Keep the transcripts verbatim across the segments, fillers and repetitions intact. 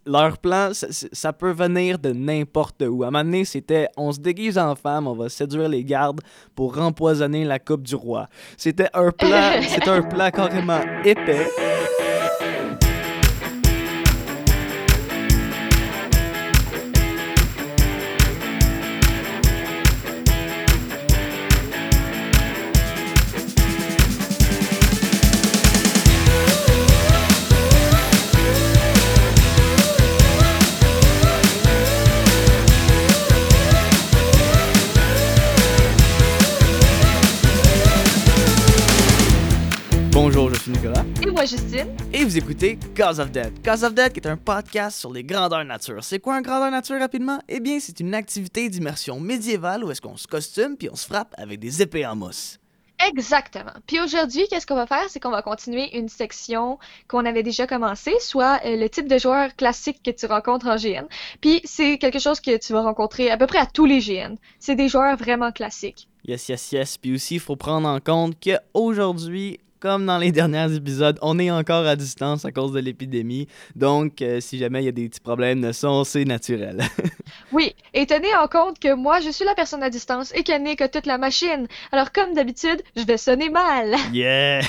Leur plan, ça, ça peut venir de n'importe où. À un moment donné, c'était on se déguise en femme, on va séduire les gardes pour empoisonner la coupe du roi. C'était un plan, c'était un plan carrément épais. Bonjour, je suis Nicolas. Et moi, Justine. Et vous écoutez Cause of Dead. Cause of Dead qui est un podcast sur les grandeurs nature. C'est quoi un grandeur nature rapidement? Eh bien, c'est une activité d'immersion médiévale où est-ce qu'on se costume puis on se frappe avec des épées en mousse. Exactement. Puis aujourd'hui, qu'est-ce qu'on va faire? C'est qu'on va continuer une section qu'on avait déjà commencé, soit euh, le type de joueur classique que tu rencontres en G N. Puis c'est quelque chose que tu vas rencontrer à peu près à tous les G N. C'est des joueurs vraiment classiques. Yes, yes, yes. Puis aussi, il faut prendre en compte qu'aujourd'hui, comme dans les derniers épisodes, on est encore à distance à cause de l'épidémie. Donc, euh, si jamais il y a des petits problèmes de son, c'est naturel. Oui, et tenez en compte que moi, je suis la personne à distance et que Nick a toute la machine. Alors comme d'habitude, je vais sonner mal. Yeah!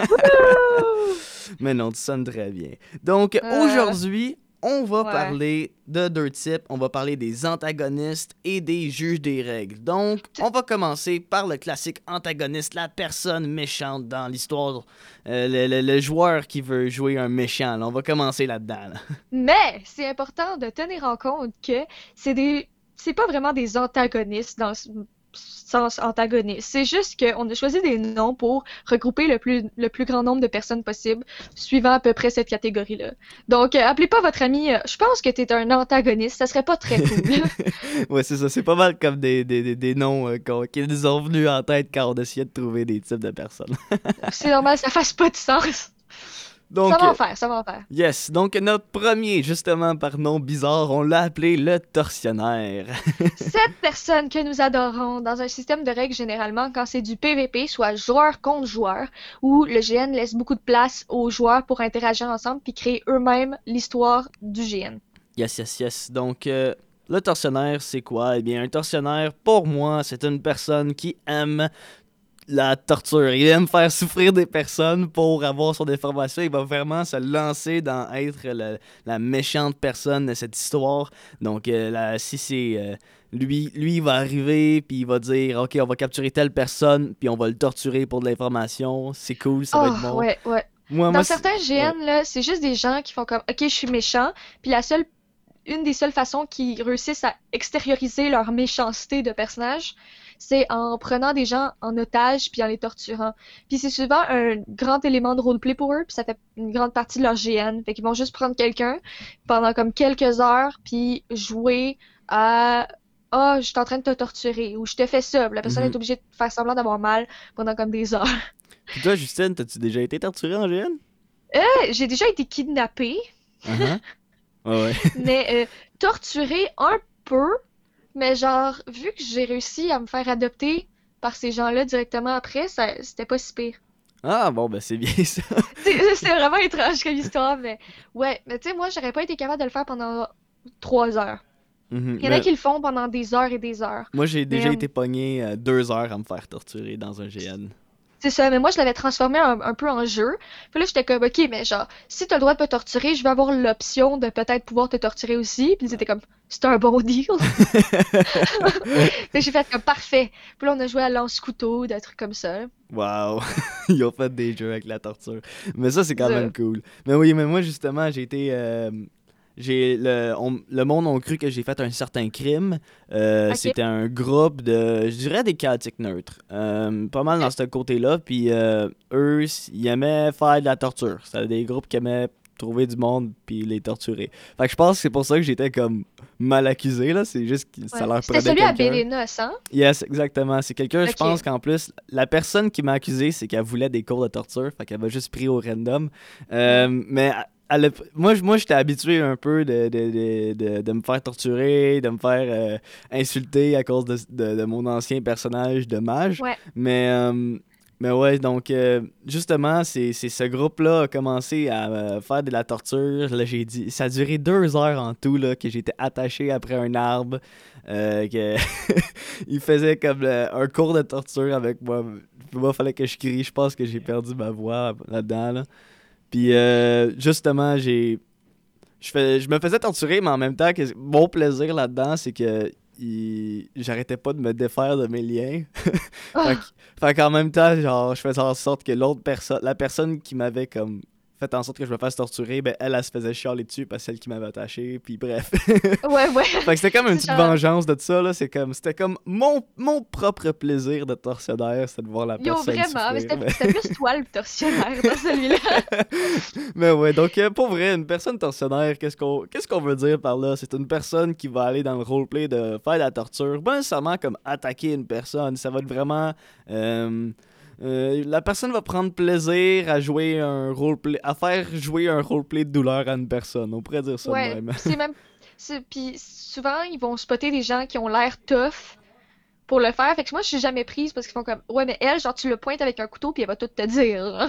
Wouhou! Mais non, tu sonnes très bien. Donc, Euh, aujourd'hui, on va ouais. parler de deux types. On va parler des antagonistes et des juges des règles. Donc, on va commencer par le classique antagoniste, la personne méchante dans l'histoire, euh, le, le- le joueur qui veut jouer un méchant. Là. On va commencer là-dedans. là. Mais c'est important de tenir en compte que c'est des, c'est pas vraiment des antagonistes dans ce sens antagoniste. C'est juste qu'on a choisi des noms pour regrouper le plus, le plus grand nombre de personnes possible, suivant à peu près cette catégorie-là. Donc, euh, appelez pas votre ami, euh, je pense que t'es un antagoniste, ça serait pas très cool. Ouais, c'est ça. C'est pas mal comme des, des, des, des noms euh, qu'on- qui nous ont venus en tête quand on essayait de trouver des types de personnes. C'est normal, ça fasse pas de sens. Ça Donc, va euh, en faire, ça va en faire. yes. Donc, notre premier, justement, par nom bizarre, on l'a appelé le tortionnaire. Cette personne que nous adorons dans un système de règles généralement quand c'est du P V P, soit joueur contre joueur, où le G N laisse beaucoup de place aux joueurs pour interagir ensemble puis créer eux-mêmes l'histoire du G N. Yes, yes, yes. Donc, euh, le tortionnaire, c'est quoi? Eh bien, un tortionnaire, pour moi, c'est une personne qui aime la torture. Il aime faire souffrir des personnes pour avoir son information. Il va vraiment se lancer dans être la, la méchante personne de cette histoire. Donc, euh, là, si c'est... euh, lui, lui, il va arriver, puis il va dire, OK, on va capturer telle personne, puis on va le torturer pour de l'information. C'est cool, ça va Oh, être bon. ouais, ouais. Moi, moi, Dans c'est- certains ouais. G N, là, c'est juste des gens qui font comme, OK, je suis méchant, puis la seule, une des seules façons qu'ils réussissent à extérioriser leur méchanceté de personnage, c'est en prenant des gens en otage puis en les torturant. Puis c'est souvent un grand élément de roleplay pour eux, puis ça fait une grande partie de leur G N. Fait qu'ils vont juste prendre quelqu'un pendant comme quelques heures, puis jouer à «Ah, je suis en train de te torturer» ou «Je te fais ça». Puis la personne Mhm. est obligée de faire semblant d'avoir mal pendant comme des heures. Puis toi, Justine, t'as-tu déjà été torturé en G N? Euh, j'ai déjà été kidnappée, Uh-huh. Ouais, ouais. mais euh, torturée un peu. Mais genre, vu que j'ai réussi à me faire adopter par ces gens-là directement après, ça, c'était pas si pire. Ah, bon, ben c'est bien ça. C'est c'est vraiment étrange comme histoire, mais ouais. Mais tu sais, moi, j'aurais pas été capable de le faire pendant trois heures. Mhm. Il y en a Mais qui le font pendant des heures et des heures. moi, j'ai Mais déjà euh, été pogné euh, deux heures à me faire torturer dans un G N. c'est ça, mais moi, je l'avais transformé un, un peu en jeu. Puis là, j'étais comme, ok, mais genre, si t'as le droit de me torturer, je vais avoir l'option de peut-être pouvoir te torturer aussi. Puis ils étaient comme, c'est un bon deal. Fait que j'ai fait comme, parfait. Puis là, on a joué à lance-couteau, des trucs comme ça. Wow! Ils ont fait des jeux avec la torture. Mais ça, c'est quand Ça. même cool. Mais oui, mais moi, justement, j'ai été. euh, j'ai le, on- le monde ont cru que j'ai fait un certain crime. Euh, Ok. c'était un groupe de, je dirais, des chaotiques neutres. Euh, pas mal dans ce côté-là. Puis euh, eux, ils aimaient faire de la torture. C'était des groupes qui aimaient trouver du monde puis les torturer. Fait que je pense que c'est pour ça que j'étais comme mal accusé, là. C'est juste que ça Ouais. leur C'était prenait celui à quelqu'un. Bélénos, hein? Yes, exactement. C'est quelqu'un, je Ok. pense qu'en plus, la personne qui m'a accusé, c'est qu'elle voulait des cours de torture. Fait qu'elle m'a juste pris au random. Euh, Ouais. mais elle a- moi, j- moi j'étais habitué un peu de, de, de, de, de me faire torturer, de me faire euh, insulter à cause de, de, de mon ancien personnage de mage. Ouais. Mais, euh, Mais ouais, donc euh, justement, c'est c'est ce groupe-là a commencé à euh, faire de la torture. Là, j'ai dit, ça a duré deux heures en tout, là, que j'étais attaché après un arbre, euh, que il faisait comme euh, un cours de torture avec moi. Moi, fallait que je crie. Je pense que j'ai perdu ma voix là-dedans, là. Puis euh, justement, j'ai je fais, je me faisais torturer, mais en même temps, que mon plaisir là-dedans, c'est que il- j'arrêtais pas de me défaire de mes liens. fait, que- Ah, fait qu'en même temps, genre, je faisais en sorte que l'autre personne, la personne qui m'avait comme fait en sorte que je me fasse torturer, ben elle, elle se faisait chialer dessus parce que celle qui m'avait attaché, puis bref. ouais, ouais. Fait que c'était comme une C'est petite genre, vengeance de ça, là. C'est comme, c'était comme mon, mon propre plaisir de tortionnaire, c'était de voir la yo, personne vraiment, mais souffrir. c'était c'était plus toi le tortionnaire dans celui-là. Mais ouais, donc euh, pour vrai, une personne tortionnaire, qu'est-ce qu'on qu'est-ce qu'on veut dire par là? C'est une personne qui va aller dans le roleplay de faire de la torture, pas nécessairement comme attaquer une personne, ça va être vraiment... euh, euh, la personne va prendre plaisir à jouer un roleplay, à faire jouer un roleplay de douleur à une personne, on pourrait dire ça de Ouais, même. pis c'est même. c'est- Puis souvent, ils vont spotter des gens qui ont l'air tough pour le faire. Fait que moi, je suis jamais prise parce qu'ils font comme, ouais, mais elle, genre, tu le pointes avec un couteau puis elle va tout te dire, genre.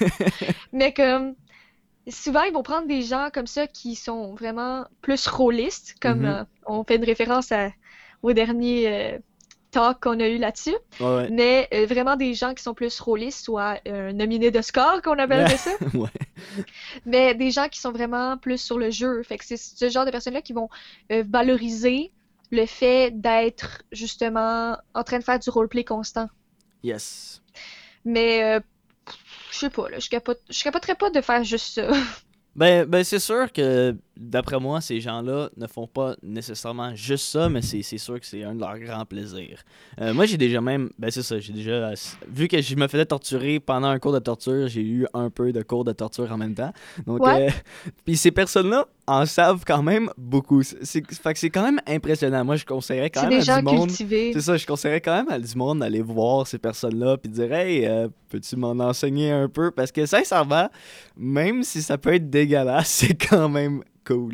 Mais comme, souvent, ils vont prendre des gens comme ça qui sont vraiment plus rôlistes, comme Mhm. euh, on fait une référence à- au dernier euh, talk qu'on a eu là-dessus. Ouais, ouais. Mais euh, vraiment des gens qui sont plus rôlistes, soit euh, nominés de score, qu'on appellerait ça. Ouais. Mais des gens qui sont vraiment plus sur le jeu. Fait que c'est ce genre de personnes-là qui vont euh, valoriser le fait d'être justement en train de faire du roleplay constant. Yes. Mais euh, je sais pas, là, je capote, je capoterais pas de faire juste ça. Ben, ben c'est sûr que, d'après moi, ces gens-là ne font pas nécessairement juste ça, mais c'est c'est sûr que c'est un de leurs grands plaisirs. Euh, moi, j'ai déjà même, ben c'est ça, j'ai déjà, vu que je me faisais torturer pendant un cours de torture, j'ai eu un peu de cours de torture en même temps. Donc, Ouais, euh, puis ces personnes-là en savent quand même beaucoup. C'est, c'est- fait que c'est quand même impressionnant. Moi, je conseillerais quand c'est même des à du gens monde. cultivés. C'est ça, je conseillerais quand même à du monde d'aller voir ces personnes-là puis de dire hey, euh, peux-tu m'en enseigner un peu? Parce que sincèrement, même si ça peut être dégueulasse, c'est quand même cool.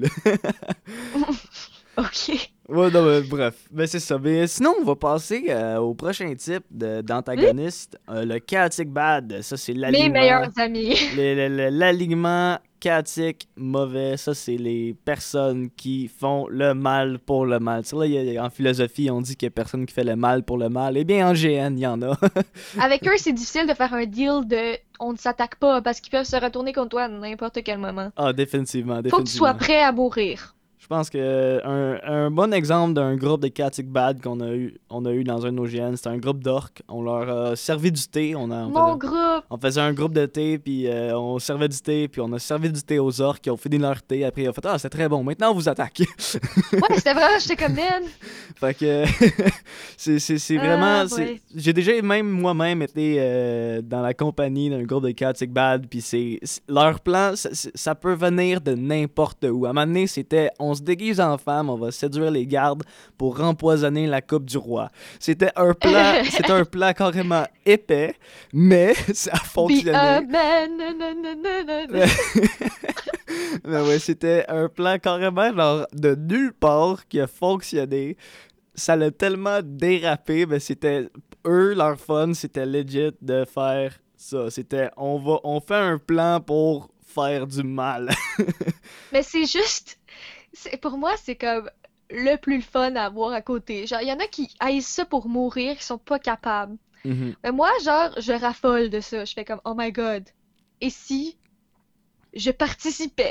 Ok. Ouais, non, mais bref. Ben, c'est ça. Mais sinon, on va passer euh, au prochain type de- Oui, d'antagoniste, euh, le chaotic bad. Ça, c'est mes l'alignement. meilleurs amis. le- le- le- L'alignement chaotique mauvais, ça, c'est les personnes qui font le mal pour le mal. Tu sais, là, il y a- en philosophie, on dit qu'il y a personne qui fait le mal pour le mal. Eh bien, en G N, il y en a. Avec eux, c'est difficile de faire un deal de on ne s'attaque pas parce qu'ils peuvent se retourner contre toi à n'importe quel moment. Ah, définitivement, Faut que tu sois définitivement. prêt à mourir. Je pense que un, un bon exemple d'un groupe de Chaotic Bad qu'on a eu, on a eu dans un de nos G N, c'était un groupe d'orques. On leur a servi du thé. On, a, on, faisait, Mon groupe! on faisait un groupe de thé, puis euh, on servait du thé, puis on a servi du thé aux orques qui ont fini leur thé. Après, ils ont fait ah, c'est très bon, maintenant on vous attaque. Ouais, c'était vraiment, j'étais comme man. Fait que c'est, c'est, c'est Ah, vraiment. c'est- ouais. J'ai déjà même moi-même été euh, dans la compagnie d'un groupe de Chaotic Bad, puis c'est, c'est- leur plan, ça, c'est- ça peut venir de n'importe où. À un moment donné, c'était on se déguise en femme, on va séduire les gardes pour empoisonner la coupe du roi. C'était un plan, c'était un plan carrément épais, mais ça a Be a fonctionné. man. na, na, na, na, na, na. Mais ouais, c'était un plan carrément genre de nulle part qui a fonctionné. Ça l'a tellement dérapé, mais c'était eux leur fun, c'était legit de faire ça. C'était on va on fait un plan pour faire du mal. Mais c'est juste, c'est, pour moi, c'est comme le plus fun à voir à côté. Genre, il y en a qui haïssent ça pour mourir, qui sont pas capables. Mhm. Mais moi, genre, je raffole de ça. Je fais comme, oh my god. Et si je participais?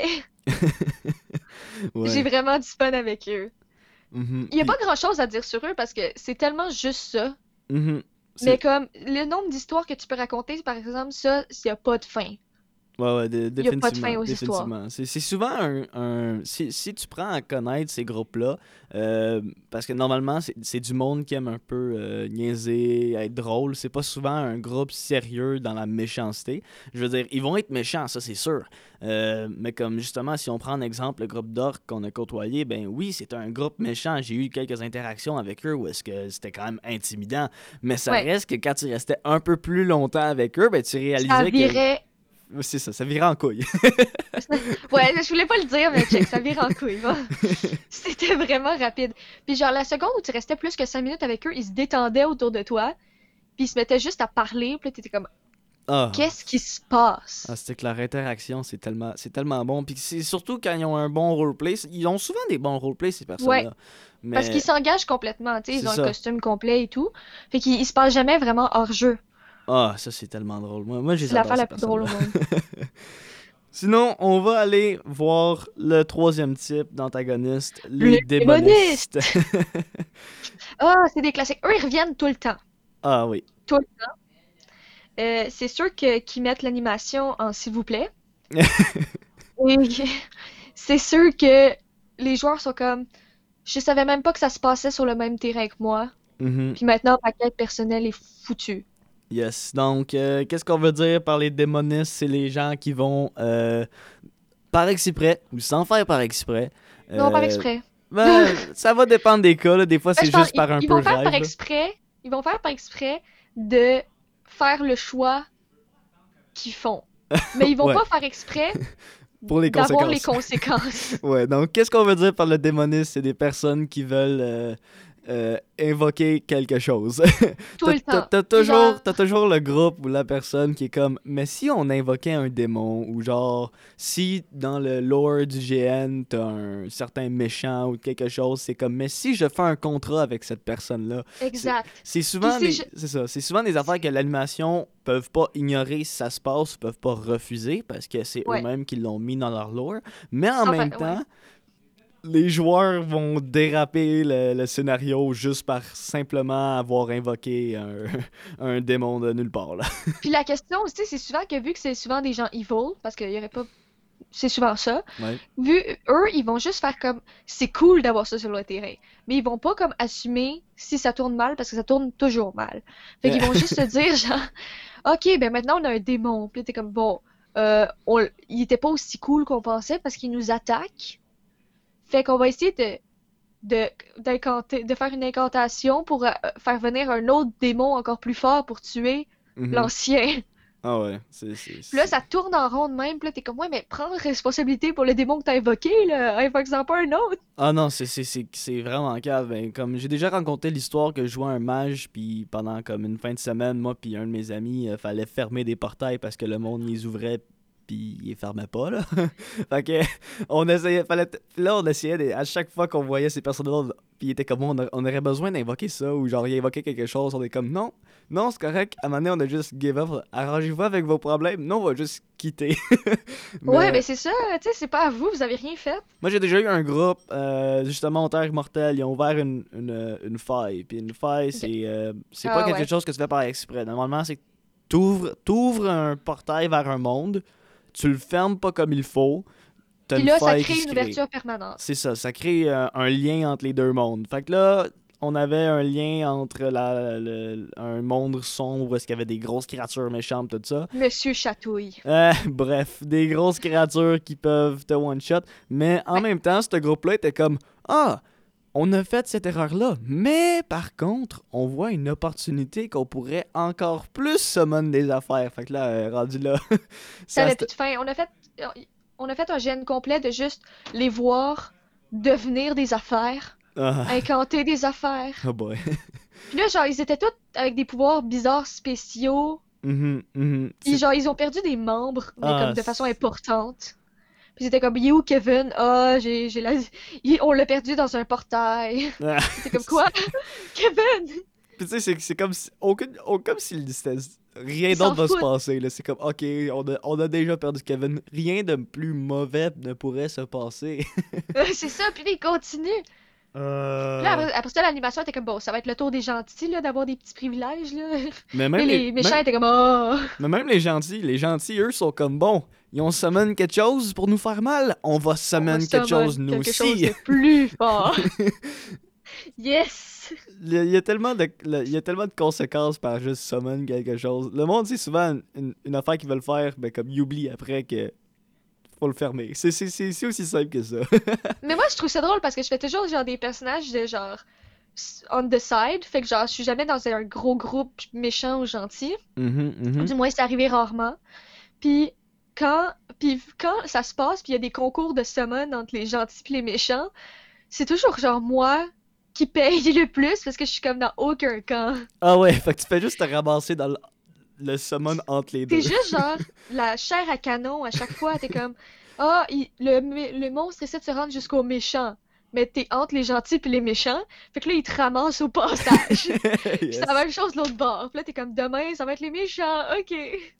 J'ai Ouais. vraiment du fun avec eux. Mhm. Il y a Puis, pas grand-chose à dire sur eux parce que c'est tellement juste ça. mhm. Mais C'est comme, le nombre d'histoires que tu peux raconter, par exemple, ça, s'il y a pas de fin. ouais, ouais, dé- Il y a pas de fin définitivement, aux histoires. définitivement. C'est c'est souvent un, un- si, si tu prends à connaître ces groupes-là, euh, parce que normalement, c'est c'est du monde qui aime un peu euh, niaiser, être drôle. C'est pas souvent un groupe sérieux dans la méchanceté. Je veux dire, ils vont être méchants, ça c'est sûr. Euh, mais comme justement, si on prend en exemple le groupe d'orques qu'on a côtoyé, ben oui, c'est un groupe méchant. J'ai eu quelques interactions avec eux où est-ce que c'était quand même intimidant. Mais ça Ouais, reste que quand tu restais un peu plus longtemps avec eux, ben tu ça réalisais que virait. c'est ça, ça virait en couille. Ouais, je voulais pas le dire, mais check, ça vire en couille. Bon. C'était vraiment rapide. Puis genre, la seconde où tu restais plus que cinq minutes avec eux, ils se détendaient autour de toi. puis ils se mettaient juste à parler, puis là, t'étais comme, Ah, qu'est-ce qui se passe? ah, c'était que leur interaction, c'est tellement, c'est tellement bon. Puis c'est surtout quand ils ont un bon roleplay. Ils ont souvent des bons roleplays, ces Ouais, personnes-là. parce qu'ils Mais s'engagent complètement, tu sais, c'est ils ont un ça. costume complet et tout. Fait qu'ils ils se passent jamais vraiment hors jeu. Ah, ça, c'est tellement drôle. Moi, moi, je C'est les adore, l'affaire ces la plus drôle personnes-là. au monde. Sinon, on va aller voir le troisième type d'antagoniste, les Les démonistes. démonistes! Ah, c'est des classiques. Eux, ils reviennent tout le temps. Ah oui. Tout le temps. Euh, c'est sûr que qu'ils mettent l'animation en s'il vous plaît. Et c'est sûr que les joueurs sont comme, je savais même pas que ça se passait sur le même terrain que moi. Mhm. Puis maintenant, ma quête personnelle est foutue. Yes. Donc, euh, qu'est-ce qu'on veut dire par les démonistes? C'est les gens qui vont, euh, par exprès, ou sans faire par exprès. Non, pas euh, exprès. ben, ça va dépendre des cas, là. Des fois, Ben, c'est je pense, juste ils, par un ils peu vont faire par rêve, là. exprès, ils vont faire par exprès de faire le choix qu'ils font. Mais ils vont Ouais, pas faire exprès pour les d'avoir les conséquences. conséquences. Ouais, donc qu'est-ce qu'on veut dire par le démoniste? C'est des personnes qui veulent euh, euh, invoquer quelque chose. Tout T'as, le t'as- temps. t'as Genre, toujours, t'as toujours le groupe ou la personne qui est comme, mais si on invoquait un démon, ou genre, si dans le lore du G N, t'as un certain méchant ou quelque chose, c'est comme, mais si je fais un contrat avec cette personne-là, c'est, exact. c'est Puis souvent c'est des, ju- c'est ça, c'est souvent des affaires que l'animation peuvent pas ignorer si ça se passe ou peuvent pas refuser parce que c'est ouais, eux-mêmes qui l'ont mis dans leur lore. Mais en sans faire, même ouais. temps, les joueurs vont déraper le, le scénario juste par simplement avoir invoqué un, un démon de nulle part, là. Puis la question aussi, c'est souvent que vu que c'est souvent des gens evil, parce qu'il y aurait pas, c'est souvent ça. Ouais. Vu eux, ils vont juste faire comme, c'est cool d'avoir ça sur le terrain, mais ils vont pas comme assumer si ça tourne mal parce que ça tourne toujours mal. Fait qu'ils vont juste se dire genre, ok, ben maintenant on a un démon. Puis là, t'es comme bon, euh, on- il était pas aussi cool qu'on pensait parce qu'il nous attaque. Fait qu'on va essayer de de d'incanter, de faire une incantation pour euh, faire venir un autre démon encore plus fort pour tuer Mhm. l'ancien. Ah ouais, c'est... c'est, Puis là, c'est- ça tourne en rond de même. Puis là, t'es comme, ouais, mais prends responsabilité pour le démon que t'as invoqué, là. Invoque-en pas un autre. Ah non, c'est c'est- c'est- c'est vraiment calme. Ben, comme j'ai déjà raconté l'histoire que je jouais un mage, puis pendant comme une fin de semaine, moi puis un de mes amis, euh, fallait fermer des portails parce que le monde les ouvrait puis il les fermait pas là. Fait que on essayait, fallait, t- là on essayait de- à chaque fois qu'on voyait ces personnes-là, puis il était comme on, a- on aurait besoin d'invoquer ça ou genre il invoquait quelque chose, on est comme non, non c'est correct. À un moment donné on a juste give up, arrangez-vous avec vos problèmes, non on va juste quitter. Ouais, mais Mais c'est ça, tu sais, c'est pas à vous, vous avez rien fait. moi, j'ai déjà eu un groupe, euh, justement, au Terre Mortel. Ils ont ouvert une, une, euh, une faille. Puis une faille, Ok. c'est euh, c'est pas Ah quelque ouais. chose que tu fais par exprès. Normalement, c'est que t'ouvres, t'ouvres un portail vers un monde, tu le fermes pas comme il faut, t'as Puis une là, ça faille qui crée se une crée. ouverture permanente. C'est ça, ça crée euh, un lien entre les deux mondes. Fait que là, on avait un lien entre la, le- un monde sombre où est-ce qu'il y avait des grosses créatures méchantes, tout ça. Monsieur Chatouille. Euh, bref, des grosses créatures qui peuvent te one-shot. Mais en Mais même temps, ce groupe-là était comme ah, on a fait cette erreur-là. Mais par contre, on voit une opportunité qu'on pourrait encore plus summon des affaires. Fait que là, euh, rendu là, ça ça avait se. plus de fin. On a fait, on a fait un gène complet de juste les voir devenir des affaires, Ah, incanter des affaires. oh boy. Puis là, genre, ils étaient tous avec des pouvoirs bizarres spéciaux. Mhm, mhm. Puis C'est- genre, ils ont perdu des membres, mais Ah, comme de façon c'est- importante. Puis c'était comme, il est où Kevin? Ah, j'ai, j'ai la... il- on l'a perdu dans un portail. ah, C'était comme, c'est- quoi? Kevin? Puis tu sais, c'est c'est comme si, aucune, au- comme si c'était- rien Ils s'en d'autre va se foutent. passer. Là. C'est comme, ok, on a, on a déjà perdu Kevin. Rien de plus mauvais ne pourrait se passer. C'est ça, puis là, ils continuent. Puis là, Euh... après, après ça, l'animation était comme, bon, ça va être le tour des gentils, là, d'avoir des petits privilèges, là. Mais Puis même les, les méchants même, étaient comme, oh! mais même les gentils, les gentils, eux, sont comme bon. Ils ont summon quelque chose pour nous faire mal. On va On va summon quelque summon chose nous quelque chose aussi. de plus fort. Yes! il, y a, il y a tellement de, le- il y a tellement de conséquences par juste summon quelque chose. Le monde, c'est souvent une, une- une affaire qu'ils veulent faire, ben comme ils oublient après que faut le fermer. C'est c'est- c'est- c'est aussi simple que ça. Mais moi, je trouve ça drôle parce que je fais toujours, genre, des personnages de, genre, s- on the side. Fait que, genre, je suis jamais dans un gros groupe méchant ou gentil. Mhm, mhm. Du moins, c'est arrivé rarement. Puis quand, puis quand ça se passe, puis il y a des concours de summon entre les gentils puis les méchants, c'est toujours genre moi qui paye le plus parce que je suis comme dans aucun camp. Ah ouais, fait que tu fais juste te ramasser dans le, le summon entre les T'es deux. juste genre la chair à canon à chaque fois. T'es comme, ah, il- le, mé- le monstre essaie de se rendre jusqu'au méchant. Mais t'es entre les gentils puis les méchants. Fait que là, il te ramasse au passage. Puis c'est la Yes. même chose de l'autre bord. Puis là, t'es comme, demain, ça va être les méchants. Ok.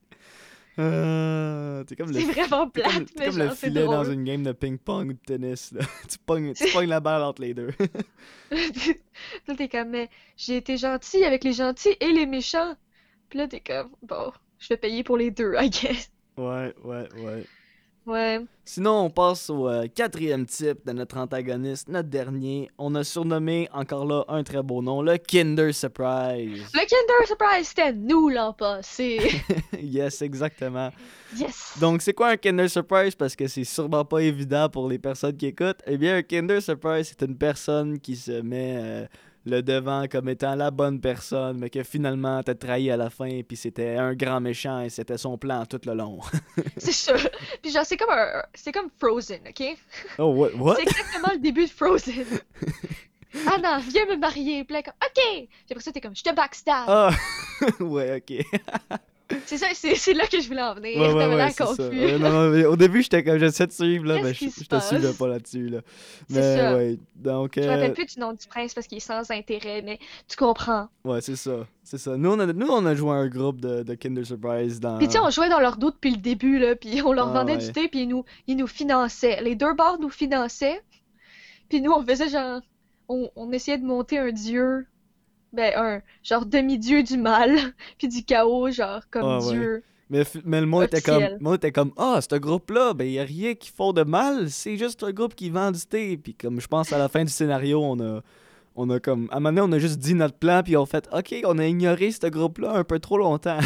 Euh, t'es comme le, C'est fi- vraiment t'es comme, plate, t'es mais comme le genre, c'est filet dans drôle. une game de ping-pong ou de tennis, là. Tu pognes, tu pognes la balle entre les deux. Puis là, t'es comme, mais j'ai été gentil avec les gentils et les méchants. Puis là, t'es comme, bon, je vais payer pour les deux, I guess. Ouais, ouais, ouais. Ouais. Sinon, on passe au euh, quatrième type de notre antagoniste, notre dernier. On a surnommé, encore là, un très beau nom, le Kinder Surprise. Le Kinder Surprise, c'était nous l'an passé. Yes, exactement. Yes! Donc, c'est quoi un Kinder Surprise? Parce que c'est sûrement pas évident pour les personnes qui écoutent. Eh bien, un Kinder Surprise, c'est une personne qui se met euh, le devant comme étant la bonne personne, mais que finalement t'a trahi à la fin, puis c'était un grand méchant et c'était son plan tout le long. C'est ça. Puis genre, c'est comme un... C'est comme Frozen, ok? Oh, what? C'est What? exactement le début de Frozen. Anna, viens me marier. Puis là, comme, ok! Puis après ça, t'es comme, je te backstab. Ah! Ouais, ok. C'est ça, c'est c'est là que je voulais en venir. Ouais, ouais, T'avais ouais, l'air c'est ça. confus. Ouais, non, non, mais au début, j'étais comme, j'essaie de suivre, là, mais Qu'est-ce je, qui se je te suivais passe? pas là-dessus, là. C'est Mais ça. ouais, donc, Je me rappelle euh, plus du nom du prince parce qu'il est sans intérêt, mais tu comprends. ouais, c'est ça, c'est ça. Nous, on a, nous, on a joué à un groupe de, de Kinder Surprise Puis tu sais, dans... on jouait dans leur dos depuis le début, là, puis on leur Ah vendait du ouais. thé, puis ils nous, ils nous finançaient. Les deux bars nous finançaient, puis nous, on faisait genre... On, on essayait de monter un dieu, ben un genre demi-dieu du mal, puis du chaos, genre comme Ah ouais. dieu Mais, f- mais le monde était comme, le officiel. monde était comme, ah, ce groupe-là, ben, y a rien qui font de mal, c'est juste un groupe qui vend du thé. Puis comme, je pense, à la fin du scénario, on a, on a comme, à un moment donné, on a juste dit notre plan, puis on fait, ok, on a ignoré ce groupe-là un peu trop longtemps.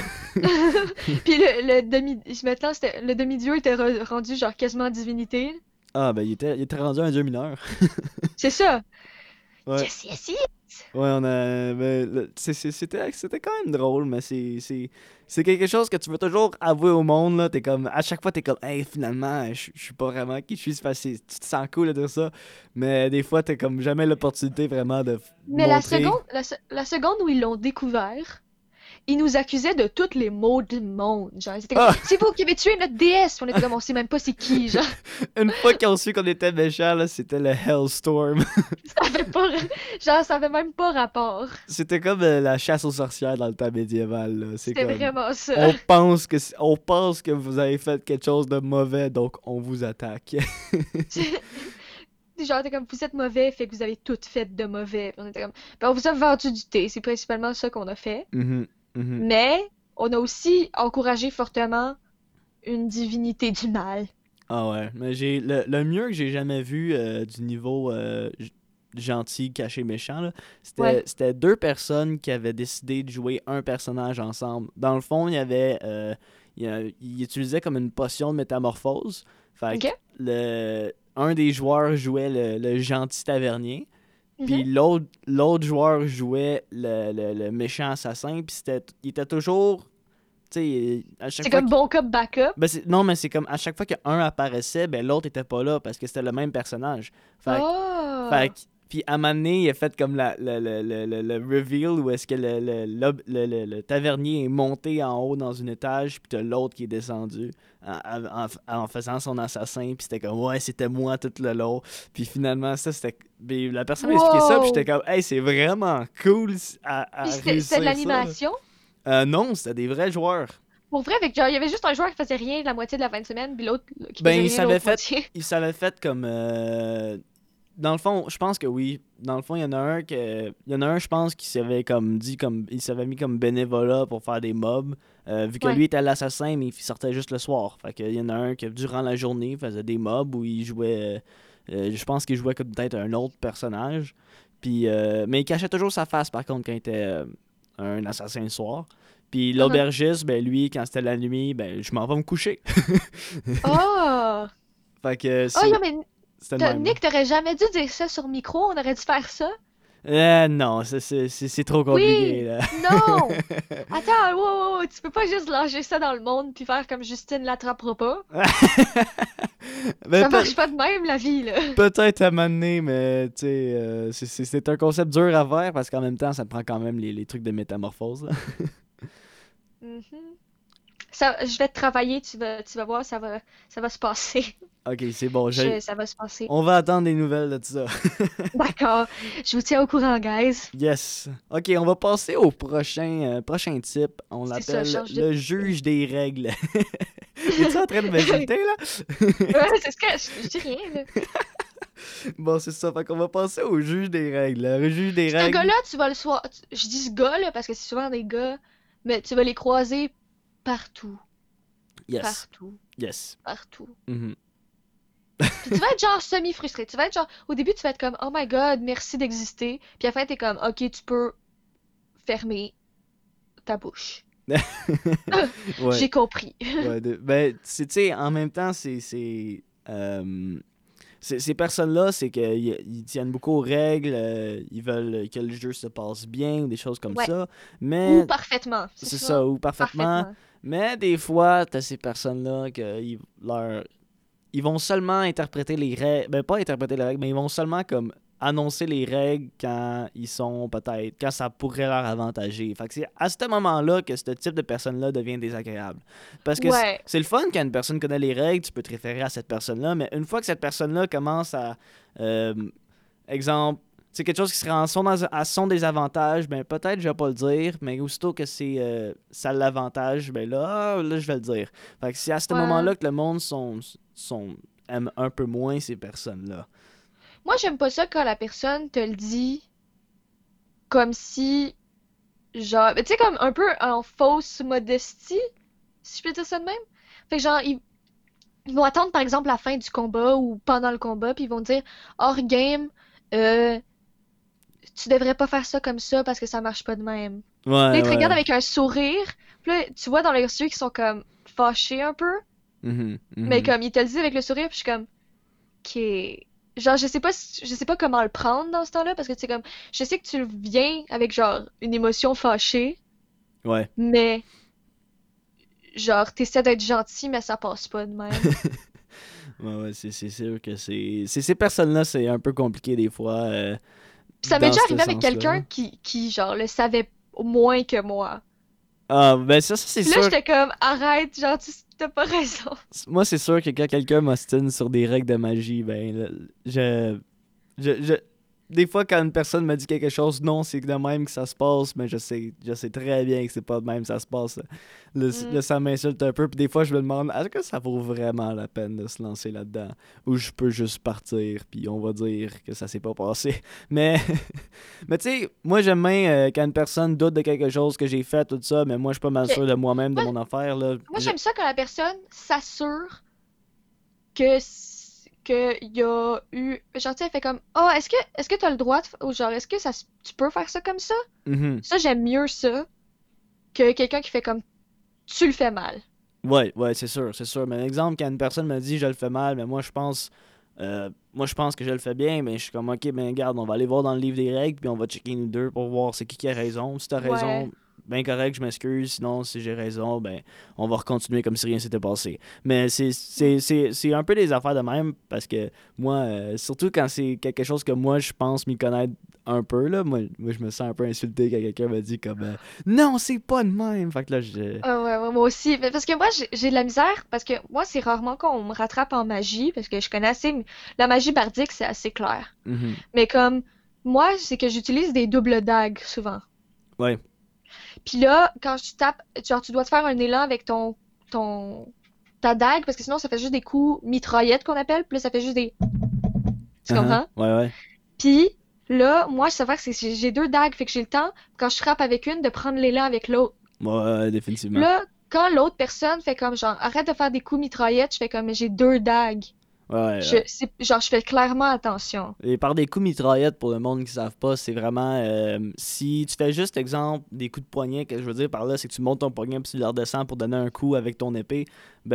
Puis le, le demi... Maintenant, c'était... le demi-dieu était re- rendu genre quasiment divinité. Ah, ben, il était, il était rendu un dieu mineur. C'est ça. Ouais. Yes, yes, yes! Ouais, on a. Mais le- c'est- c'est- c'était, c'était quand même drôle, mais c'est, c'est, c'est quelque chose que tu veux toujours avouer au monde, là. T'es comme, à chaque fois, t'es comme, hey, finalement, je je suis pas vraiment qui je suis. C'est parce que tu te sens cool de dire ça. Mais des fois, t'as comme jamais l'opportunité vraiment de f- Mais la montrer. seconde, la, se- la seconde où ils l'ont découvert, ils nous accusaient de tous les maux du monde. Genre, ils étaient comme, Ah! c'est vous qui avez tué notre déesse! Puis on était comme, on sait même pas c'est qui, genre. Une fois qu'ils ont su qu'on était méchants, là, c'était le Hellstorm. Ça avait pas, genre, ça avait même pas rapport. C'était comme euh, la chasse aux sorcières dans le temps médiéval, là. C'est C'était comme. vraiment ça. On pense que, c- on pense que vous avez fait quelque chose de mauvais, donc on vous attaque. Genre, t'es comme, vous êtes mauvais, fait que vous avez tout fait de mauvais. Puis on était comme, ben, on vous a vendu du thé, c'est principalement ça qu'on a fait. Mhm, mhm. Mais, on a aussi encouragé fortement une divinité du mal. Ah ouais, mais j'ai le, le mieux que j'ai jamais vu euh, du niveau euh, g- gentil, caché, méchant, là, c'était, Ouais. c'était deux personnes qui avaient décidé de jouer un personnage ensemble. Dans le fond, il y avait euh, il, y a- il utilisait comme une potion de métamorphose. Fait que Ok? le, un des joueurs jouait le, le gentil tavernier, puis Mhm. l'autre l'autre joueur jouait le, le, le méchant assassin, puis c'était il était toujours tu sais à chaque C'est fois comme bon cop, backup. ben c'est- non, mais c'est comme à chaque fois qu'un apparaissait, ben l'autre était pas là parce que c'était le même personnage. Fait, que- fait Oh! que- puis à un moment donné, il a fait comme la, le, le, le, le, le reveal où est-ce que le, le, l'ob- le, le- le tavernier est monté en haut dans un étage, puis t'as l'autre qui est descendu en, en, en faisant son assassin, puis c'était comme ouais, c'était moi tout le long. Puis finalement, ça c'était. Ben, la personne m'a expliqué ça, puis j'étais Wow! comme hey, c'est vraiment cool à, Puis à c'était c'était de réussir ça. l'animation. Euh, non, c'était des vrais joueurs. Pour vrai, avec genre, il y avait juste un joueur qui faisait rien la moitié de la fin de semaine, puis l'autre là, qui Ben, faisait il rien s'avait l'autre fait, moitié. il s'avait fait comme. euh, Dans le fond, je pense que oui. Dans le fond, il y en a un que, il y en a un, je pense, qui s'avait comme dit comme, il s'avait mis comme bénévolat pour faire des mobs, euh, vu que Ouais. lui était l'assassin, mais il sortait juste le soir. Fait que il y en a un qui durant la journée faisait des mobs où il jouait, euh, euh, je pense qu'il jouait comme peut-être un autre personnage. Puis, euh, mais il cachait toujours sa face par contre quand il était euh, un assassin le soir. Puis Mhm. l'aubergiste, ben lui, quand c'était la nuit, ben je m'en vais me coucher. Oh! Fait que Oh, yo, c'est- mais c'était le t'as- même. Là. Nick, t'aurais jamais dû dire ça sur micro, on aurait dû faire ça. Euh, non, c'est, c'est, c'est, c'est trop compliqué, Oui! là. Non! Attends, wow, wow, wow, tu peux pas juste lâcher ça dans le monde puis faire comme Justine l'attrapera pas. Ben, Ça peut- marche pas de même, la vie, là. peut-être à un moment donné, mais tu sais, euh, c'est, c'est, c'est un concept dur à faire parce qu'en même temps, ça te prend quand même les, les trucs de métamorphose, là. Mhm. Ça, je vais te travailler, tu vas, tu vas voir, ça va, ça va se passer. Ok, c'est bon, je- Je- ça va se passer. on va attendre des nouvelles de tout ça. D'accord. Je vous tiens au courant, guys. Yes. Ok, on va passer au prochain, euh, prochain type. On C'est ça, l'appelle change de... le juge des règles. Es-tu en train de m'insulter, là? Ouais, c'est ce que... Je, je dis rien, là. Bon, c'est ça. Fait qu'on va passer au juge des règles. Le juge des Ce règles. gars-là, tu vas le soir... Je dis ce gars, là, parce que c'est souvent des gars, mais tu vas les croiser partout. Yes. Partout. Yes. Partout. Mhm. Puis tu vas être genre semi-frustré. Tu vas être genre... Au début, tu vas être comme, oh my god, merci d'exister. Puis à la fin, t'es comme, ok, tu peux fermer ta bouche. Ouais. J'ai compris. Ouais. de- ben, c'est- tu sais, en même temps, c'est. c'est euh, c'est- ces personnes-là, c'est qu'ils ils tiennent beaucoup aux règles, euh, ils veulent que le jeu se passe bien, ou des choses comme Ouais. ça. Ou Mais parfaitement. C'est c'est souvent ça, ou parfaitement. parfaitement. Mais des fois, t'as ces personnes-là que ils, leur, ils vont seulement interpréter les règles. Ben, pas interpréter les règles, mais ils vont seulement comme annoncer les règles quand ils sont peut-être. Quand ça pourrait leur avantager. Fait que c'est à ce moment-là que ce type de personne-là devient désagréable. Parce que c- Ouais. c'est le fun quand une personne connaît les règles, tu peux te référer à cette personne-là, mais une fois que cette personne-là commence à. euh, exemple. C'est quelque chose qui serait en son, à son désavantage, ben peut-être je vais pas le dire, mais aussitôt que c'est euh, ça l'avantage, ben là, ah, là je vais le dire. Fait que c'est à ce Ouais. moment-là que le monde sont, sont, aime un peu moins ces personnes-là. Moi, j'aime pas ça quand la personne te le dit comme si, genre, tu sais, comme un peu en fausse modestie, si je peux dire ça de même. Fait que genre, ils, ils vont attendre par exemple la fin du combat ou pendant le combat, puis ils vont dire, hors game, euh, tu devrais pas faire ça comme ça parce que ça marche pas de même. Puis là, Ouais, ils te regardent ouais. avec un sourire, puis là, tu vois dans leurs yeux qu'ils sont comme fâchés un peu, Mhm, mais mhm. comme ils te le disent avec le sourire, puis je suis comme, ok. Genre, je sais pas, si- je sais pas comment le prendre dans ce temps-là, parce que tu sais, comme, je sais que tu viens avec genre une émotion fâchée, Ouais. mais genre, t'essaies d'être gentil, mais ça passe pas de même. Ouais, ouais, c'est c'est sûr que c'est. c'est- Ces personnes-là, c'est un peu compliqué des fois, euh, Puis ça m'est dans déjà ce arrivé avec quelqu'un sens-là. qui, qui, genre, le savait moins que moi. Ah, ben ça, ça c'est Puis là, sûr. j'étais comme, arrête, genre, tu t'as pas raison. Moi, c'est sûr que quand quelqu'un m'ostine sur des règles de magie, ben, là, je, je, je- des fois, quand une personne me dit quelque chose, non, c'est de même que ça se passe, mais je sais, je sais très bien que c'est pas de même que ça se passe. Là, Mm. là, ça m'insulte un peu, puis des fois, je me demande, est-ce que ça vaut vraiment la peine de se lancer là-dedans? Ou je peux juste partir, puis on va dire que ça s'est pas passé. Mais, mais tu sais, moi, j'aime bien euh, quand une personne doute de quelque chose que j'ai fait, tout ça, mais moi, je suis pas mal Ok. sûr de moi-même, de Moi, mon affaire, là. moi Je- j'aime ça quand la personne s'assure que s- que il y a eu genre tu sais elle fait comme oh est-ce que est-ce que t'as le droit de f- ou genre est-ce que ça s- tu peux faire ça comme ça Mhm. ça j'aime mieux ça que quelqu'un qui fait comme tu le fais mal. Ouais, ouais, c'est sûr, c'est sûr. Mais un exemple, quand une personne me dit je le fais mal, mais moi je pense euh, moi je pense que je le fais bien, mais je suis comme ok, ben regarde, on va aller voir dans le livre des règles, puis on va checker nous deux pour voir c'est qui qui a raison. Si t'as Ouais. raison, ben correct, je m'excuse. Sinon, si j'ai raison, ben on va continuer comme si rien s'était passé. Mais c'est Mm. c'est c'est c'est un peu des affaires de même parce que moi, euh, surtout quand c'est quelque chose que moi je pense m'y connaître un peu là, moi, moi je me sens un peu insulté quand quelqu'un me dit comme euh, non, c'est pas de même. Fait que là je Ah ouais, ouais, moi aussi. Mais parce que moi, j'ai j'ai de la misère, parce que moi, c'est rarement qu'on me rattrape en magie, parce que je connais assez... La magie bardique, c'est assez clair. Mhm. Mais comme, moi, c'est que j'utilise des doubles dagues, souvent. Ouais. Puis là, quand tu tapes, genre, tu dois te faire un élan avec ton, ton, ta dague, parce que sinon, ça fait juste des coups mitraillettes qu'on appelle, puis là, ça fait juste des... Tu Uh-huh. comprends? Ouais, ouais. Puis là, moi, je sais faire que c'est- j'ai j'ai deux dagues, fait que j'ai le temps, quand je frappe avec une, de prendre l'élan avec l'autre. Ouais, ouais, Puis définitivement. là, quand l'autre personne fait comme genre, arrête de faire des coups mitraillettes, je fais comme, j'ai deux dagues. Ouais, ouais, Je, ouais. c'est, genre, je fais clairement attention. Et par des coups mitraillettes, pour le monde qui ne savent pas, c'est vraiment euh, si tu fais juste exemple des coups de poignet, que je veux dire par là, c'est que tu montes ton poignet puis tu le redescends pour donner un coup avec ton épée, ben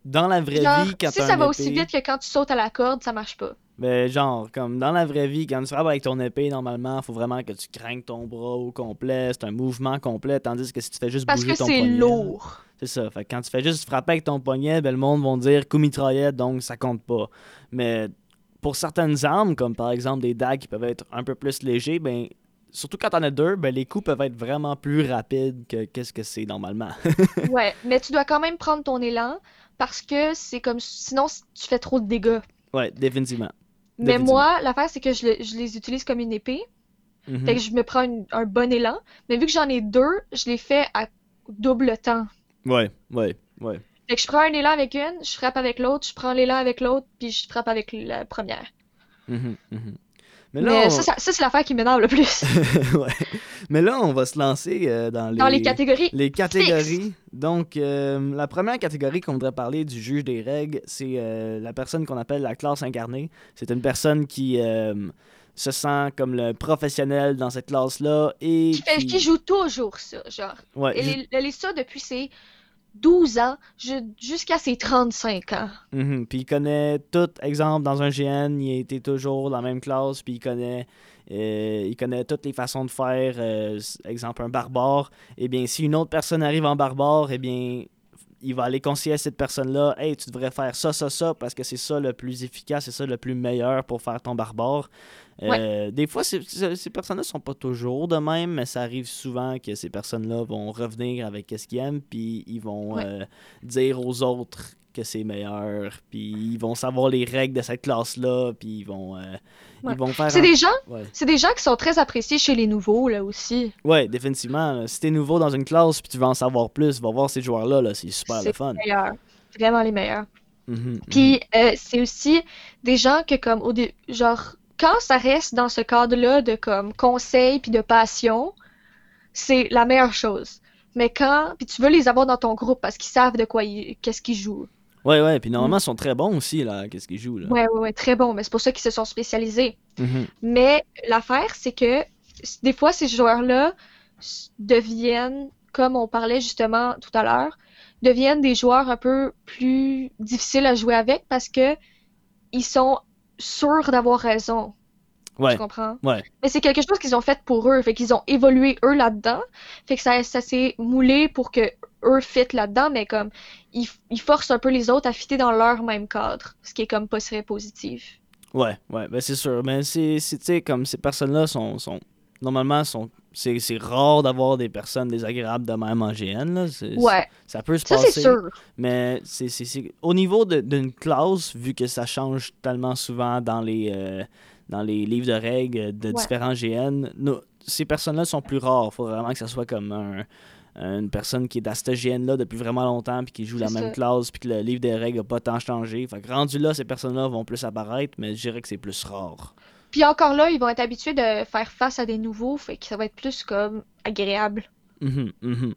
dans la vraie Genre, vie, quand si t'as ça une va aussi épée, vite que quand tu sautes à la corde, ça marche pas. ben genre, comme dans la vraie vie, quand tu frappes avec ton épée, normalement, faut vraiment que tu craignes ton bras au complet, c'est un mouvement complet, tandis que si tu fais juste Parce bouger que ton c'est poignet, là, lourd. c'est ça. Fait que quand tu fais juste frapper avec ton poignet, ben le monde va dire coup mitraillette, donc ça compte pas. Mais pour certaines armes, comme par exemple des dagues qui peuvent être un peu plus légers, ben surtout quand t'en as deux, ben les coups peuvent être vraiment plus rapides que qu'est-ce que c'est normalement. Ouais, mais tu dois quand même prendre ton élan parce que c'est comme sinon c- tu fais trop de dégâts. Ouais, définitivement. Mais Définitivement. moi, l'affaire c'est que je, le- je les utilise comme une épée, fait Mhm. que je me prends une- un bon élan. Mais vu que j'en ai deux, je les fais à double temps. Ouais, ouais, ouais. Fait que je prends un élan avec une, je frappe avec l'autre, je prends l'élan avec l'autre, puis je frappe avec la première. Mhm, mhm. Mais là, Mais ça, on... ça, ça, c'est l'affaire qui m'énerve le plus. ouais. Mais là, on va se lancer euh, dans Dans les les, catégories les fixes. catégories. Donc, euh, la première catégorie qu'on voudrait parler du juge des règles, c'est euh, la personne qu'on appelle la classe incarnée. C'est une personne qui euh, se sent comme le professionnel dans cette classe-là et Qui fait, qui qui... joue toujours ça, genre. Ouais, Elle ju- est, elle est ça depuis ses douze ans ju- jusqu'à ses trente-cinq ans. mhm. Puis il connaît tout, exemple, dans un G N, il a été toujours dans la même classe, puis il connaît, euh, il connaît toutes les façons de faire, euh, s- exemple, un barbare. Eh bien, si une autre personne arrive en barbare, eh bien, il va aller conseiller à cette personne-là, hey, tu devrais faire ça, ça, ça, parce que c'est ça le plus efficace, c'est ça le plus meilleur pour faire ton barbare. Ouais, Euh, des fois, ces, ces- ces personnes-là sont pas toujours de même, mais ça arrive souvent que ces personnes-là vont revenir avec ce qu'ils aiment, puis ils vont ouais, euh, dire aux autres que c'est meilleur, puis ils vont savoir les règles de cette classe-là, puis ils vont, euh, ouais. ils vont faire C'est un... des gens, Ouais. c'est des gens qui sont très appréciés chez les nouveaux, là aussi. Ouais, définitivement. Là. Si t'es nouveau dans une classe puis tu veux en savoir plus, va voir ces joueurs-là, là, c'est super le C'est fun. les meilleurs. Vraiment les meilleurs. Mhm, mhm. Puis, euh, c'est aussi des gens que, comme, au dé- genre, quand ça reste dans ce cadre-là de, comme, conseil puis de passion, c'est la meilleure chose. Mais quand, puis tu veux les avoir dans ton groupe parce qu'ils savent de quoi ils, qu'est-ce qu'ils jouent. Ouais, ouais, puis normalement, Mm. ils sont très bons aussi, là, qu'est-ce qu'ils jouent, là. Ouais, ouais, ouais, très bon, mais c'est pour ça qu'ils se sont spécialisés. Mhm. Mais l'affaire, c'est que s- des fois, ces joueurs-là s- deviennent, comme on parlait justement tout à l'heure, deviennent des joueurs un peu plus difficiles à jouer avec parce que ils sont sûrs d'avoir raison. Tu Ouais, comprends? ouais, Mais c'est quelque chose qu'ils ont fait pour eux, fait qu'ils ont évolué eux là-dedans, fait que ça, ça s'est moulé pour que eux fit là-dedans, mais comme ils, ils forcent un peu les autres à fitter dans leur même cadre, ce qui est comme pas très positif. ouais, ouais, ben c'est sûr. Mais c'est, c'est, tu sais, comme ces personnes-là sont, sont normalement, sont, c'est, c'est rare d'avoir des personnes désagréables de même en G N, là. C'est- c'est- Ouais, ça peut se ça c'est passer, sûr. mais c'est, c'est, c'est- au niveau de- d'une classe, vu que ça change tellement souvent dans les, euh, dans les livres de règles de Ouais, différents G N, no- ces personnes-là sont plus rares. Il faut vraiment que ça soit comme un, une personne qui est dans cette G N-là depuis vraiment longtemps puis qui joue c'est la même ça. classe puis que le livre des règles n'a pas tant changé. Fait que rendu là, ces personnes-là vont plus apparaître, mais je dirais que c'est plus rare. Puis encore là, ils vont être habitués de faire face à des nouveaux, fait que ça va être plus comme agréable. Mhm, mhm.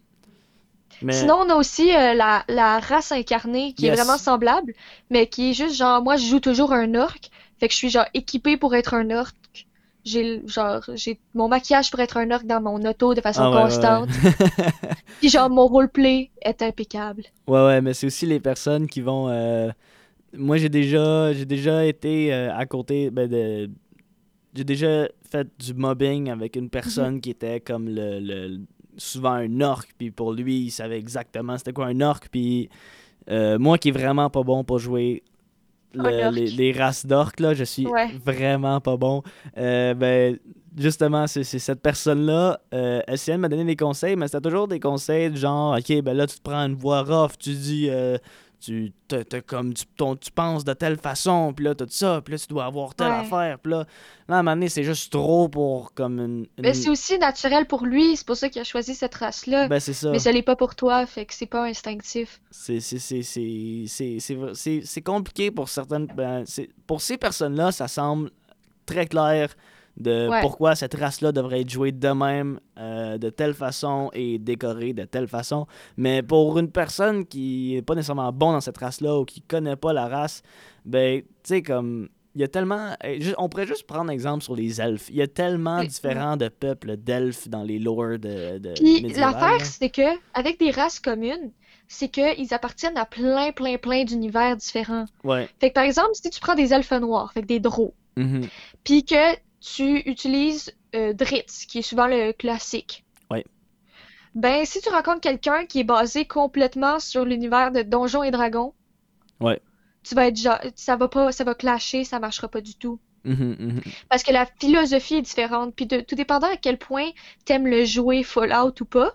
Mais, Sinon, on a aussi euh, la, la race incarnée qui est vraiment yes. semblable, mais qui est juste genre, moi je joue toujours un orc, fait que je suis genre équipée pour être un orc. J'ai genre, j'ai mon maquillage pour être un orc dans mon auto de façon Ah ouais, ouais, constante. ouais. Puis genre, mon roleplay est impeccable. Ouais, ouais, mais c'est aussi les personnes qui vont. euh, Moi, j'ai déjà, j'ai déjà été euh, à côté. Ben, de... J'ai déjà fait du mobbing avec une Mhm. personne qui était comme le, le- souvent un orc, puis pour lui, il savait exactement c'était quoi un orc, puis euh, moi qui est vraiment pas bon pour jouer Un le- les, orc. les races d'orques, là, je suis Ouais. vraiment pas bon. Euh, ben, justement, c'est c'est cette personne-là, euh, elle essayait de me donner des conseils, mais c'était toujours des conseils du genre, OK, ben là, tu te prends une voix rough, tu dis, euh, tu, t'as- t'as comme, tu, ton- tu penses de telle façon, puis là, t'as ça, puis là, tu dois avoir telle Ouais. affaire, puis là, là, à un moment donné, c'est juste trop pour, comme, une... Mais une- c'est aussi naturel pour lui, c'est pour ça qu'il a choisi cette race-là. Ben, c'est Mais ça. ça l'est pas pour toi, fait que c'est pas instinctif. C'est c'est- c'est- c'est- c'est- c'est vrai- c'est- c'est compliqué pour certaines... ben, c'est- pour ces personnes-là, ça semble très clair de Ouais. pourquoi cette race-là devrait être jouée de même, euh, de telle façon et décorée de telle façon. Mais pour une personne qui est pas nécessairement bon dans cette race-là ou qui connaît pas la race, ben, tu sais, comme, il y a tellement... eh, ju- On pourrait juste prendre exemple sur les elfes. Il y a tellement Les- ouais. différents de peuples d'elfes dans les lores de, de Puis médiévales, l'affaire, là. c'est que avec des races communes, c'est qu'ils appartiennent à plein, plein, plein d'univers différents. Ouais. Fait que par exemple, si tu prends des elfes noirs, fait que des drôs, Mhm. puis que tu utilises euh, Dritz, qui est souvent le classique, Ouais. ben si tu rencontres quelqu'un qui est basé complètement sur l'univers de Donjons et Dragons, Ouais. tu vas être genre, ça va pas, ça va clasher, ça marchera pas du tout. Mhm, mhm. Parce que la philosophie est différente, puis de, tout dépendant à quel point t'aimes le jouer Fallout ou pas,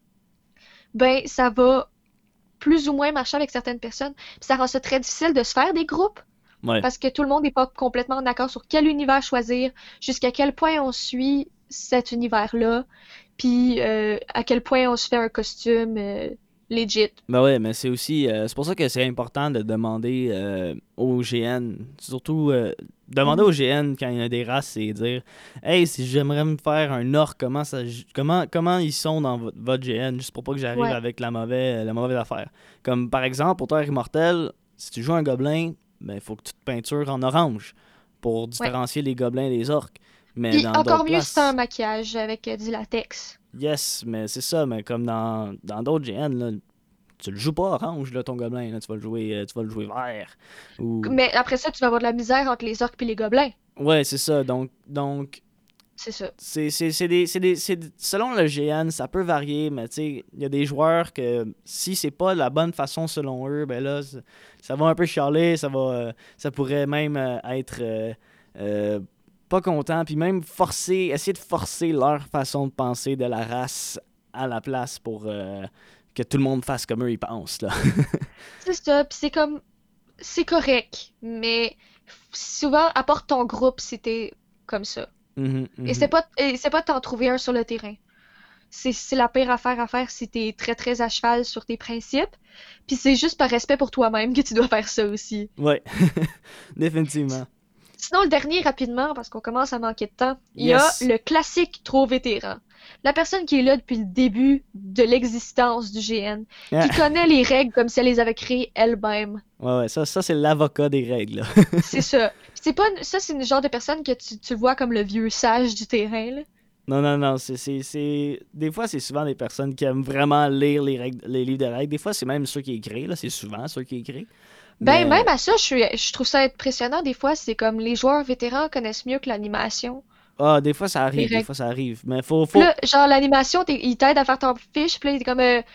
ben ça va plus ou moins marcher avec certaines personnes. Puis ça rend ça très difficile de se faire des groupes, Ouais. parce que tout le monde n'est pas complètement d'accord sur quel univers choisir, jusqu'à quel point on suit cet univers-là, puis euh, à quel point on se fait un costume euh, legit. Ben ouais, mais c'est aussi. Euh, c'est pour ça que c'est important de demander euh, aux G N. Surtout, euh, demander Mhm. aux G N quand il y a des races, c'est dire Hey, si j'aimerais me faire un orc, comment ça comment, comment ils sont dans vo- votre G N, juste pour pas que j'arrive Ouais, avec la mauvaise, la mauvaise affaire. Comme par exemple, pour Terre Immortelle, si tu joues un gobelin, ben il faut que tu te peintures en orange pour ouais. différencier les gobelins des orques. Mais Puis dans d'autres encore mieux si t'as un places, maquillage avec euh, du latex. yes, mais c'est ça, mais comme dans dans d'autres G N, là, tu le joues pas orange, là, ton gobelin. Là, tu vas le jouer, euh, tu vas le jouer vert. Ou... Mais après ça, tu vas avoir de la misère entre les orques et les gobelins. Ouais, c'est ça. Donc, donc C'est ça. c'est, c'est, c'est des, c'est des, c'est des- selon le G N, ça peut varier, mais tu sais, il y a des joueurs que si c'est pas la bonne façon selon eux, ben là, ça, ça va un peu chialer, ça va, euh, ça pourrait même euh, être euh, euh, pas content, puis même forcer, essayer de forcer leur façon de penser de la race à la place pour euh, que tout le monde fasse comme eux ils pensent, là. C'est ça. Puis c'est comme, c'est correct, mais souvent apporte ton groupe si t'es comme ça. Mhm, Et c'est mhm. pas, et c'est pas de t'en trouver un sur le terrain. C'est, c'est la pire affaire à faire si t'es très très à cheval sur tes principes. Puis c'est juste par respect pour toi-même que tu dois faire ça aussi. Ouais, définitivement. Sinon, le dernier, rapidement, parce qu'on commence à manquer de temps, il y a Yes. le classique trop vétéran. La personne qui est là depuis le début de l'existence du G N, qui Ah, connaît les règles comme si elle les avait créées elle-même. ouais, ouais, ça, ça c'est l'avocat des règles, là. C'est ça. C'est pas, ça, c'est le genre de personne que tu, tu le vois comme le vieux sage du terrain, là. Non, non, non, c'est, c'est, c'est... Des fois, c'est souvent des personnes qui aiment vraiment lire les règles, les livres de règles. Des fois, c'est même ceux qui écrivent, là, c'est souvent ceux qui écrivent. Ben, même Mais, à ça, je suis, je trouve ça impressionnant. Des fois, c'est comme les joueurs vétérans connaissent mieux que l'animation, ah, des fois, ça les arrive, des règles. fois, ça arrive. Mais faut, Puis faut... là, genre, l'animation, t'es- il t'aide à faire ton fiche, puis là, il est comme, euh,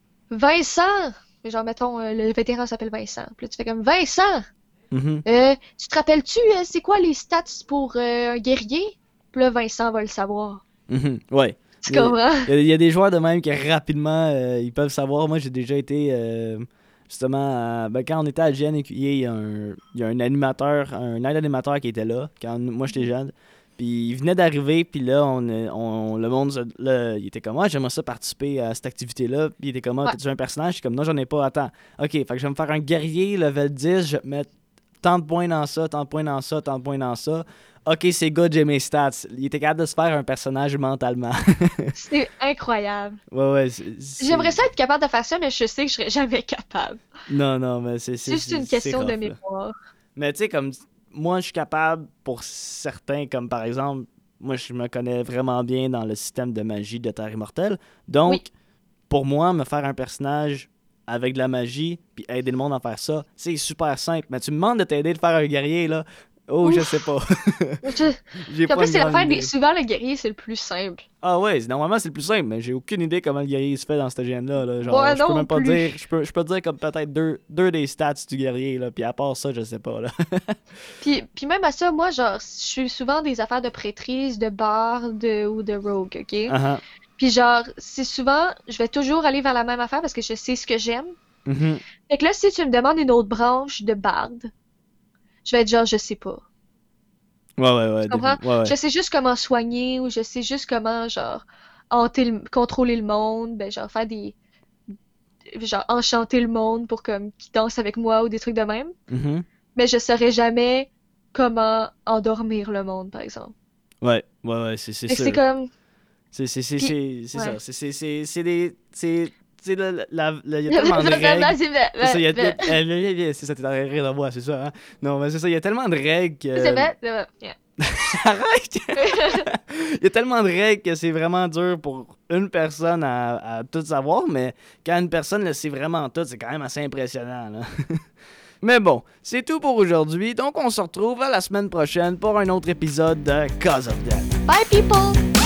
Vincent! Genre, mettons, euh, le vétéran s'appelle Vincent. Puis là, tu fais comme, Vincent! Mhm, Euh, tu te rappelles-tu, euh, c'est quoi les stats pour euh, un guerrier? Puis là, Vincent va le savoir. mhm, ouais. Tu Il y a, comprends? il y a- il y a des joueurs de même qui, rapidement, euh, ils peuvent savoir. Moi, j'ai déjà été... euh, justement, à- ben, quand on était à G N Écuyer, il y a un, il y a un animateur, un aide animateur qui était là, quand moi j'étais Mhm. jeune. Puis il venait d'arriver, puis là, on, est- on- le monde, se- là, il était comme, ah, j'aimerais ça participer à cette activité-là. Puis il était comme, ah, Ouais. t'as-tu un personnage? Je suis comme, non, j'en ai pas, attends. Ok, fait que je vais me faire un guerrier level dix, je vais te mettre tant de points dans ça, tant de points dans ça, tant de points dans ça. Ok, c'est good, j'ai mes stats. Il était capable de se faire un personnage mentalement. C'est incroyable. Ouais, ouais, c'est... J'aimerais c'est- ça être capable de faire ça, mais je sais que je serais jamais capable. Non, non, mais c'est C'est c'est- juste c'est- une c'est question de rough, là. mémoire. Mais tu sais, comme moi, je suis capable pour certains, comme par exemple, moi, je me connais vraiment bien dans le système de magie de Terre Immortelle. Oui. Donc, pour moi, me faire un personnage avec de la magie, puis aider le monde à faire ça, c'est super simple. Mais tu me demandes de t'aider de faire un guerrier, là. Oh, je sais Ouf. pas. Je- J'ai Puis en pas plus, une c'est grande l'affaire des... idée. Souvent, le guerrier, c'est le plus simple. Ah ouais, c'est- normalement c'est le plus simple, mais j'ai aucune idée comment le guerrier se fait dans cette gène-là. Là. Moi Genre, je peux non même pas plus. dire. Je peux, je peux te dire comme peut-être deux, deux des stats du guerrier, là. Puis à part ça, je sais pas, là. Puis, puis même à ça, moi, genre, je suis souvent des affaires de prêtrise, de barde ou de rogue, ok? Ah ah. Puis genre, c'est souvent, je vais toujours aller vers la même affaire parce que je sais ce que j'aime. Mhm. Fait que là, si tu me demandes une autre branche de barde, je vais être genre, je sais pas. Ouais, ouais, ouais, Tu comprends? définitivement. Ouais, Je ouais. sais juste comment soigner ou je sais juste comment, genre, hanter le- contrôler le monde, ben genre, faire des... genre, enchanter le monde pour comme qu'ils dansent avec moi ou des trucs de même. Mhm. Mais je saurais jamais comment endormir le monde, par exemple. Ouais, ouais, ouais, c'est c'est Fait que c'est sûr. comme... C'est c'est c'est Puis, c'est c'est ouais. ça. C'est c'est c'est c'est des c'est c'est la la la- il y a tellement de règles. Vas-y, C'est ça, il y a, il y a- vas-y, vas-y. euh, c'est ça, t'es en train de rire de moi, c'est ça, hein? Non, mais c'est ça, il y a tellement de règles C'est que vrai, c'est vrai. Yeah. Arrête! Il y a tellement de règles que c'est vraiment dur pour une personne à, à tout savoir, mais quand une personne le sait vraiment tout, c'est quand même assez impressionnant, là. Mais bon, c'est tout pour aujourd'hui, donc on se retrouve à la semaine prochaine pour un autre épisode de Cause of Death. Bye people!